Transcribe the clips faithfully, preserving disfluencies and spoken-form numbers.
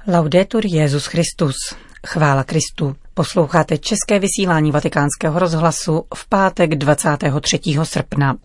Laudetur Jesus Christus. Chvála Kristu. Posloucháte české vysílání Vatikánského rozhlasu v pátek dvacátého třetího srpna.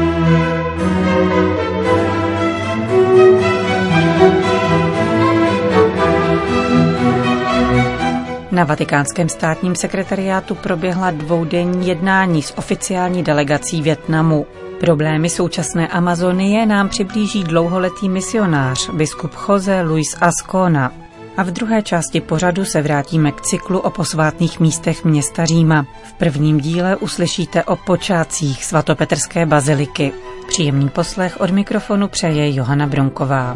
Na Vatikánském státním sekretariátu proběhla dvoudenní jednání s oficiální delegací Vietnamu. Problémy současné Amazonie nám přiblíží dlouholetý misionář, biskup José Luis Ascona. A v druhé části pořadu se vrátíme k cyklu o posvátných místech města Říma. V prvním díle uslyšíte o počátcích svatopetrské baziliky. Příjemný poslech od mikrofonu přeje Johana Bronková.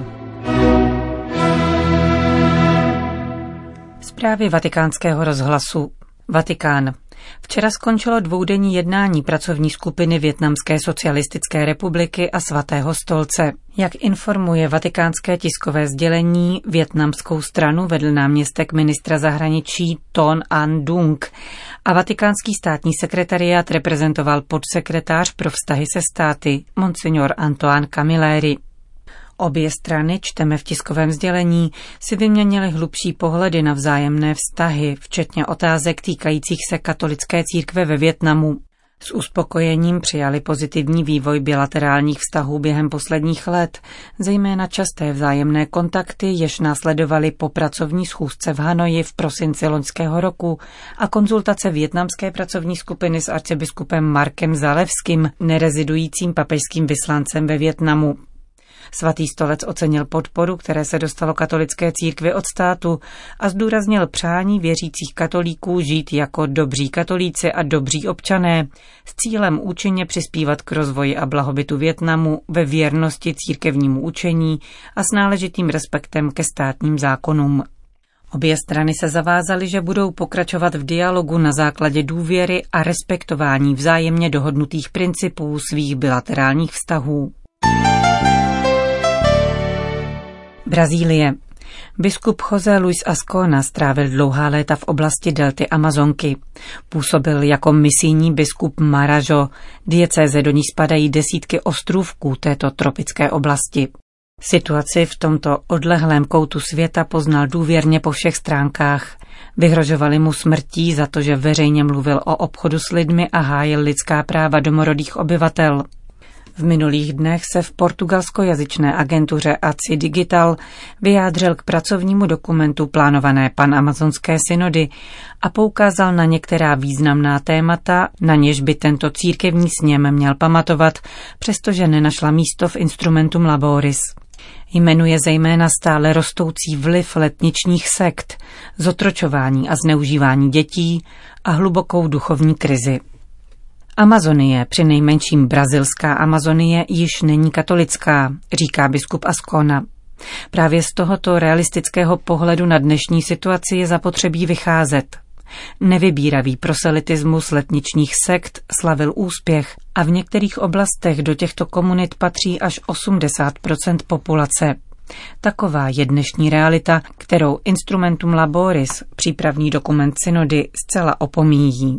Zprávy Vatikánského rozhlasu. Vatikán. Včera skončilo dvoudenní jednání pracovní skupiny Vietnamské socialistické republiky a Svatého stolce. Jak informuje vatikánské tiskové sdělení, vietnamskou stranu vedl náměstek ministra zahraničí Ton An Dung a vatikánský státní sekretariát reprezentoval podsekretář pro vztahy se státy, monsignor Antoine Camilleri. Obě strany, čteme v tiskovém sdělení, si vyměnily hlubší pohledy na vzájemné vztahy, včetně otázek týkajících se katolické církve ve Vietnamu. S uspokojením přijali pozitivní vývoj bilaterálních vztahů během posledních let, zejména časté vzájemné kontakty, jež následovaly po pracovní schůzce v Hanoji v prosinci loňského roku a konzultace vietnamské pracovní skupiny s arcibiskupem Markem Zalewským, nerezidujícím papežským vyslancem ve Vietnamu. Svatý stolec ocenil podporu, které se dostalo katolické církvi od státu a zdůraznil přání věřících katolíků žít jako dobří katolíci a dobří občané s cílem účinně přispívat k rozvoji a blahobytu Vietnamu ve věrnosti církevnímu učení a s náležitým respektem ke státním zákonům. Obě strany se zavázaly, že budou pokračovat v dialogu na základě důvěry a respektování vzájemně dohodnutých principů svých bilaterálních vztahů. Brazílie. Biskup José Luis Ascona strávil dlouhá léta v oblasti delty Amazonky. Působil jako misijní biskup Marajo, diecéze, do ní spadají desítky ostrůvků této tropické oblasti. Situaci v tomto odlehlém koutu světa poznal důvěrně po všech stránkách. Vyhrožovali mu smrtí za to, že veřejně mluvil o obchodu s lidmi a hájil lidská práva domorodých obyvatel. V minulých dnech se v portugalskojazyčné agentuře A C I Digital vyjádřil k pracovnímu dokumentu plánované panamazonské synody a poukázal na některá významná témata, na něž by tento církevní sněm měl pamatovat, přestože nenašla místo v Instrumentum Laboris. Jmenuje zejména stále rostoucí vliv letničních sekt, zotročování a zneužívání dětí a hlubokou duchovní krizi. Amazonie, přinejmenším brazilská Amazonie, již není katolická, říká biskup Ascona. Právě z tohoto realistického pohledu na dnešní situaci je zapotřebí vycházet. Nevybíravý proselitismus letničních sekt slavil úspěch a v některých oblastech do těchto komunit patří až osmdesát procent populace. Taková je dnešní realita, kterou Instrumentum Laboris, přípravný dokument synody, zcela opomíjí.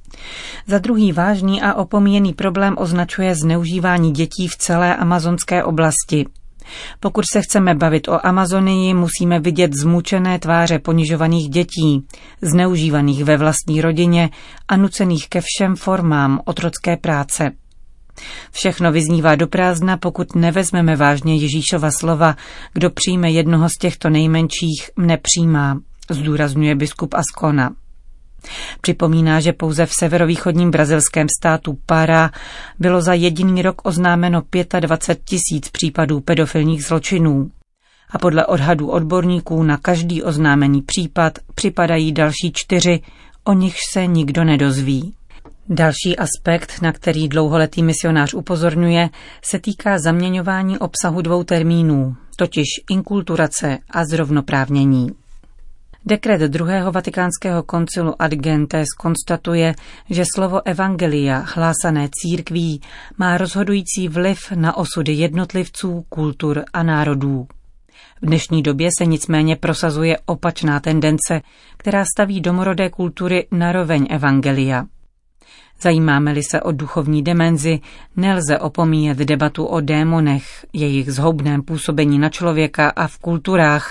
Za druhý vážný a opomíjený problém označuje zneužívání dětí v celé amazonské oblasti. Pokud se chceme bavit o Amazonii, musíme vidět zmučené tváře ponižovaných dětí, zneužívaných ve vlastní rodině a nucených ke všem formám otrocké práce. Všechno vyznívá do prázdna, pokud nevezmeme vážně Ježíšova slova, kdo přijme jednoho z těchto nejmenších, mne přijímá, zdůrazňuje biskup Ascona. Připomíná, že pouze v severovýchodním brazilském státu Pará bylo za jediný rok oznámeno dvacet pět tisíc případů pedofilních zločinů. A podle odhadů odborníků na každý oznámený případ připadají další čtyři, o nichž se nikdo nedozví. Další aspekt, na který dlouholetý misionář upozorňuje, se týká zaměňování obsahu dvou termínů, totiž inkulturace a zrovnoprávnění. Dekret druhého vatikánského koncilu Ad Gentes konstatuje, že slovo evangelia, hlásané církví, má rozhodující vliv na osudy jednotlivců, kultur a národů. V dnešní době se nicméně prosazuje opačná tendence, která staví domorodé kultury na roveň evangelia. Zajímáme-li se o duchovní dimenzi, nelze opomíjet debatu o démonech, jejich zhoubném působení na člověka a v kulturách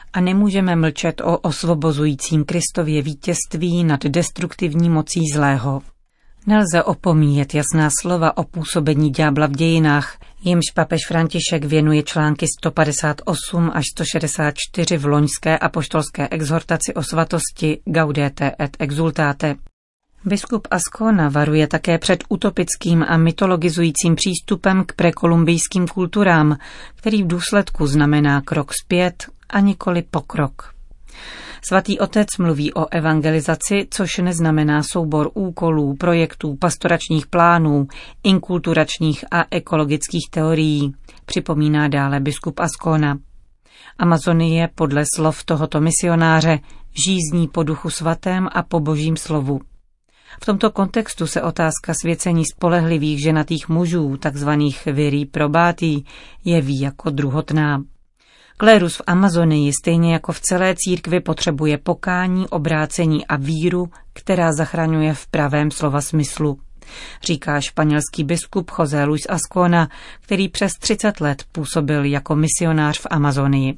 A nemůžeme mlčet o osvobozujícím Kristově vítězství nad destruktivní mocí zlého. Nelze opomíjet jasná slova o působení ďábla v dějinách, jimž papež František věnuje články sto padesát osm až sto šedesát čtyři v loňské apoštolské exhortaci o svatosti Gaudete et exultate. Biskup Ascona varuje také před utopickým a mytologizujícím přístupem k prekolumbijským kulturám, který v důsledku znamená krok zpět a nikoli pokrok. Svatý otec mluví o evangelizaci, což neznamená soubor úkolů, projektů, pastoračních plánů, inkulturačních a ekologických teorií, připomíná dále biskup Ascona. Amazonie podle slov tohoto misionáře žízní po duchu svatém a po božím slovu. V tomto kontextu se otázka svěcení spolehlivých ženatých mužů, takzvaných viri probati, jeví jako druhotná. Klérus v Amazonii stejně jako v celé církvi potřebuje pokání, obrácení a víru, která zachraňuje v pravém slova smyslu, říká španělský biskup José Luis Ascona, který přes třicet let působil jako misionář v Amazonii.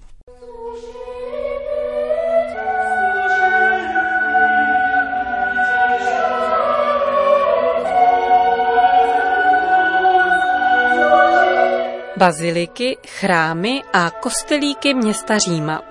Baziliky, chrámy a kostelíky města Říma.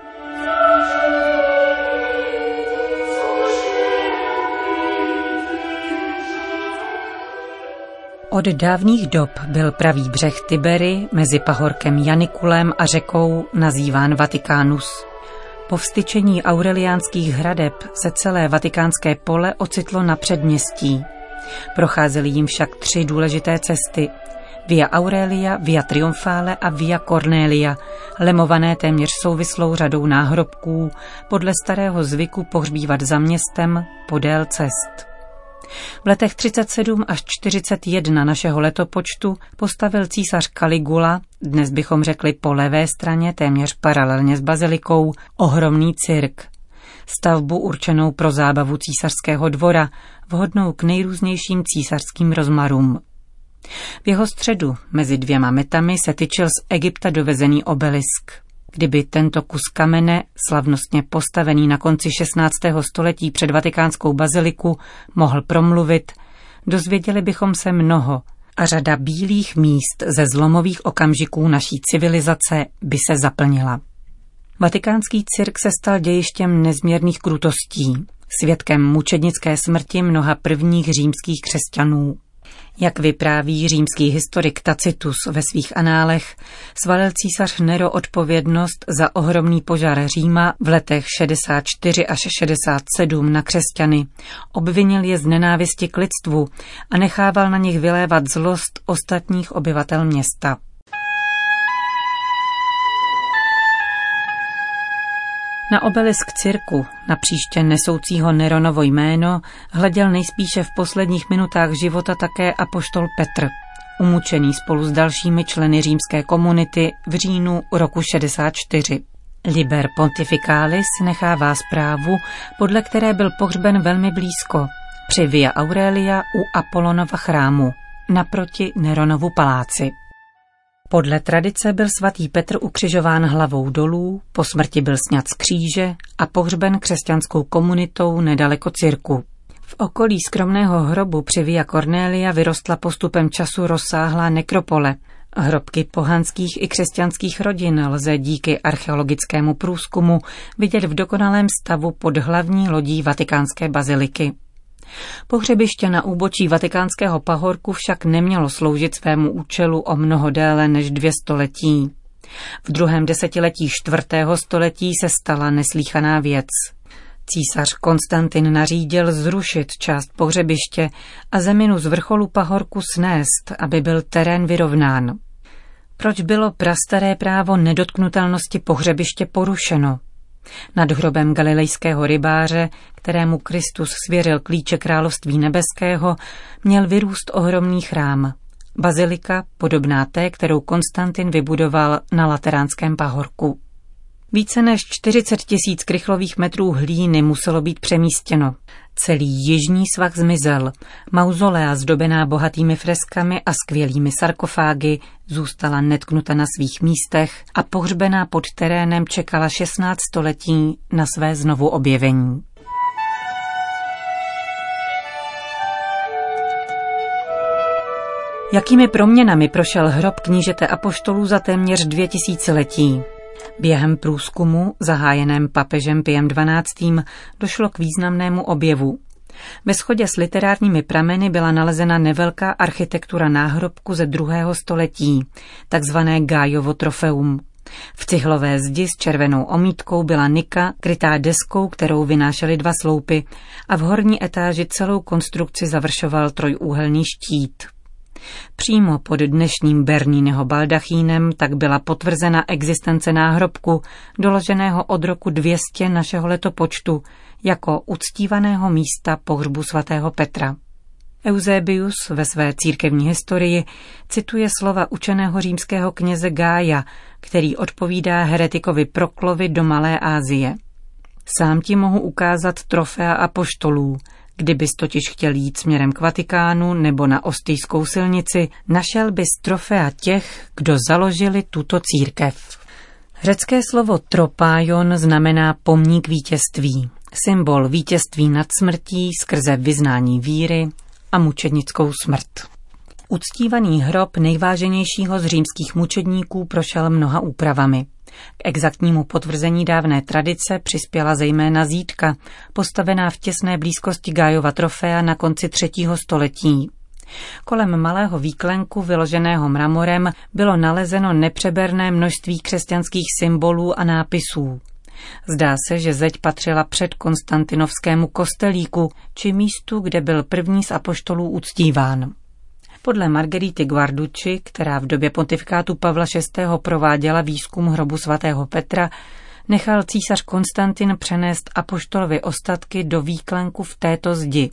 Od dávných dob byl pravý břeh Tibery mezi pahorkem Janikulem a řekou nazýván Vatikánus. Po vstyčení aureliánských hradeb se celé vatikánské pole ocitlo na předměstí. Procházely jim však tři důležité cesty – Via Aurelia, Via Triumphale a Via Cornelia, lemované téměř souvislou řadou náhrobků, podle starého zvyku pohřbívat za městem podél cest. V letech třicet sedm až čtyřicet jedna našeho letopočtu postavil císař Caligula, dnes bychom řekli po levé straně, téměř paralelně s bazilikou, ohromný cirk. Stavbu určenou pro zábavu císařského dvora, vhodnou k nejrůznějším císařským rozmarům. V jeho středu mezi dvěma metami se tyčil z Egypta dovezený obelisk. Kdyby tento kus kamene, slavnostně postavený na konci šestnáctého století před vatikánskou baziliku, mohl promluvit, dozvěděli bychom se mnoho a řada bílých míst ze zlomových okamžiků naší civilizace by se zaplnila. Vatikánský cirk se stal dějištěm nezměrných krutostí, svědkem mučednické smrti mnoha prvních římských křesťanů. Jak vypráví římský historik Tacitus ve svých análech, svalil císař Nero odpovědnost za ohromný požár Říma v letech šedesát čtyři až šedesát sedm na křesťany, obvinil je z nenávisti k lidstvu a nechával na nich vylévat zlost ostatních obyvatel města. Na obelisk cirku, napříště nesoucího Neronovo jméno, hleděl nejspíše v posledních minutách života také apoštol Petr, umučený spolu s dalšími členy římské komunity v říjnu roku šedesát čtyři. Liber Pontificalis nechává zprávu, podle které byl pohřben velmi blízko, při Via Aurelia u Apolonova chrámu, naproti Neronovu paláci. Podle tradice byl svatý Petr ukřižován hlavou dolů, po smrti byl sňat z kříže a pohřben křesťanskou komunitou nedaleko cirku. V okolí skromného hrobu při Via Cornelia vyrostla postupem času rozsáhlá nekropole. Hrobky pohanských i křesťanských rodin lze díky archeologickému průzkumu vidět v dokonalém stavu pod hlavní lodí vatikánské baziliky. Pohřebiště na úbočí vatikánského pahorku však nemělo sloužit svému účelu o mnoho déle než dvě století. V druhém desetiletí čtvrtého století se stala neslýchaná věc. Císař Konstantin nařídil zrušit část pohřebiště a zeminu z vrcholu pahorku snést, aby byl terén vyrovnán. Proč bylo prastaré právo nedotknutelnosti pohřebiště porušeno? Nad hrobem galilejského rybáře, kterému Kristus svěřil klíče království nebeského, měl vyrůst ohromný chrám. Bazilika, podobná té, kterou Konstantin vybudoval na Lateránském pahorku. Více než čtyřicet tisíc krychlových metrů hlíny muselo být přemístěno. Celý jižní svah zmizel. Mauzolea zdobená bohatými freskami a skvělými sarkofágy zůstala netknuta na svých místech a pohřbená pod terénem čekala šestnáct století na své znovu objevení. Jakými proměnami prošel hrob knížete apoštolů za téměř dvě tisíciletí? Během průzkumu, zahájeném papežem Piem dvanáctým, došlo k významnému objevu. Ve shodě s literárními prameny byla nalezena nevelká architektura náhrobku ze druhého století, takzvané Gájovo trofeum. V cihlové zdi s červenou omítkou byla nika, krytá deskou, kterou vynášely dva sloupy, a v horní etáži celou konstrukci završoval trojúhelný štít. Přímo pod dnešním Berniniho baldachínem tak byla potvrzena existence náhrobku, doloženého od roku dvě stě našeho letopočtu, jako uctívaného místa pohřbu svatého Petra. Eusebius ve své církevní historii cituje slova učeného římského kněze Gája, který odpovídá heretikovi Proklovi do Malé Asie. Sám ti mohu ukázat trofea apoštolů. Kdybys totiž chtěl jít směrem k Vatikánu nebo na Ostýskou silnici, našel bys trofea těch, kdo založili tuto církev. Řecké slovo tropájon znamená pomník vítězství, symbol vítězství nad smrtí skrze vyznání víry a mučednickou smrt. Uctívaný hrob nejváženějšího z římských mučedníků prošel mnoha úpravami. K exaktnímu potvrzení dávné tradice přispěla zejména zídka, postavená v těsné blízkosti Gájova trofea na konci třetího století. Kolem malého výklenku vyloženého mramorem bylo nalezeno nepřeberné množství křesťanských symbolů a nápisů. Zdá se, že zeď patřila před konstantinovskému kostelíku, či místu, kde byl první z apoštolů uctíván. Podle Margherity Guarducci, která v době pontifikátu Pavla šestého prováděla výzkum hrobu svatého Petra, nechal císař Konstantin přenést apoštolovy ostatky do výklenku v této zdi,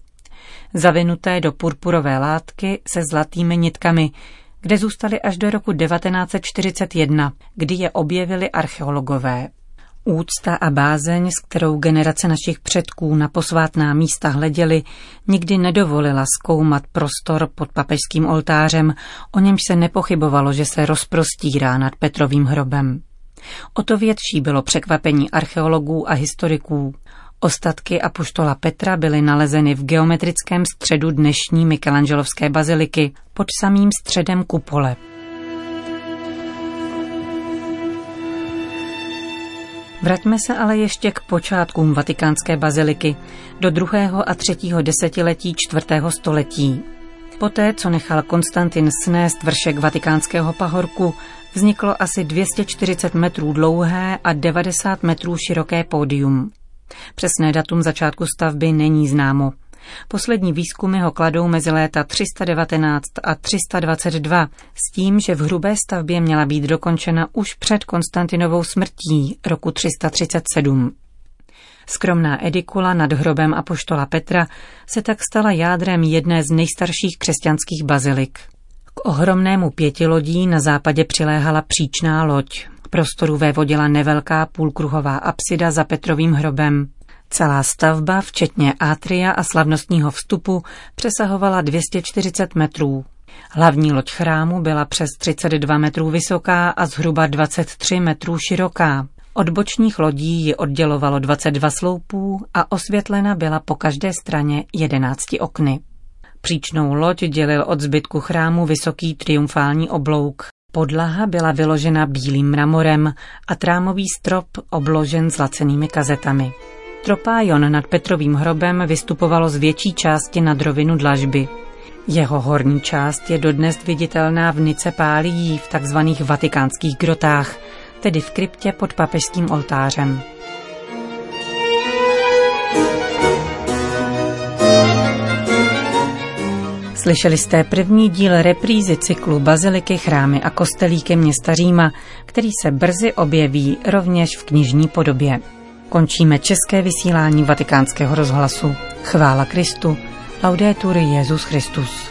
zavinuté do purpurové látky se zlatými nitkami, kde zůstaly až do roku devatenáct set čtyřicet jedna, kdy je objevili archeologové. Úcta a bázeň, s kterou generace našich předků na posvátná místa hleděli, nikdy nedovolila zkoumat prostor pod papežským oltářem, o němž se nepochybovalo, že se rozprostírá nad Petrovým hrobem. O to větší bylo překvapení archeologů a historiků. Ostatky apoštola Petra byly nalezeny v geometrickém středu dnešní Michelangelovské baziliky, pod samým středem kupole. Vraťme se ale ještě k počátkům vatikánské baziliky, do druhého a třetího desetiletí čtvrtého století. Poté, co nechal Konstantin snést vršek vatikánského pahorku, vzniklo asi dvě stě čtyřicet metrů dlouhé a devadesát metrů široké pódium. Přesné datum začátku stavby není známo. Poslední výzkumy ho kladou mezi léta tři sta devatenáct a tři sta dvacet dva s tím, že v hrubé stavbě měla být dokončena už před Konstantinovou smrtí roku tři sta třicet sedm. Skromná edikula nad hrobem apoštola Petra se tak stala jádrem jedné z nejstarších křesťanských bazilik. K ohromnému pětilodí na západě přiléhala příčná loď. Prostoru vévodila nevelká půlkruhová apsida za Petrovým hrobem. Celá stavba, včetně atria a slavnostního vstupu, přesahovala dvě stě čtyřicet metrů. Hlavní loď chrámu byla přes třicet dva metrů vysoká a zhruba dvacet tři metrů široká. Od bočních lodí ji oddělovalo dvacet dva sloupů a osvětlena byla po každé straně jedenácti okny. Příčnou loď dělil od zbytku chrámu vysoký triumfální oblouk. Podlaha byla vyložena bílým mramorem a trámový strop obložen zlacenými kazetami. Tropájon nad Petrovým hrobem vystupovalo z větší části nad rovinu dlažby. Jeho horní část je dodnes viditelná v nice pálií v takzvaných vatikánských grotách, tedy v kryptě pod papežským oltářem. Slyšeli jste první díl reprízy cyklu Baziliky, chrámy a kostelíky města Říma, který se brzy objeví rovněž v knižní podobě. Končíme české vysílání Vatikánského rozhlasu. Chvála Kristu, laudetur Jesus Christus.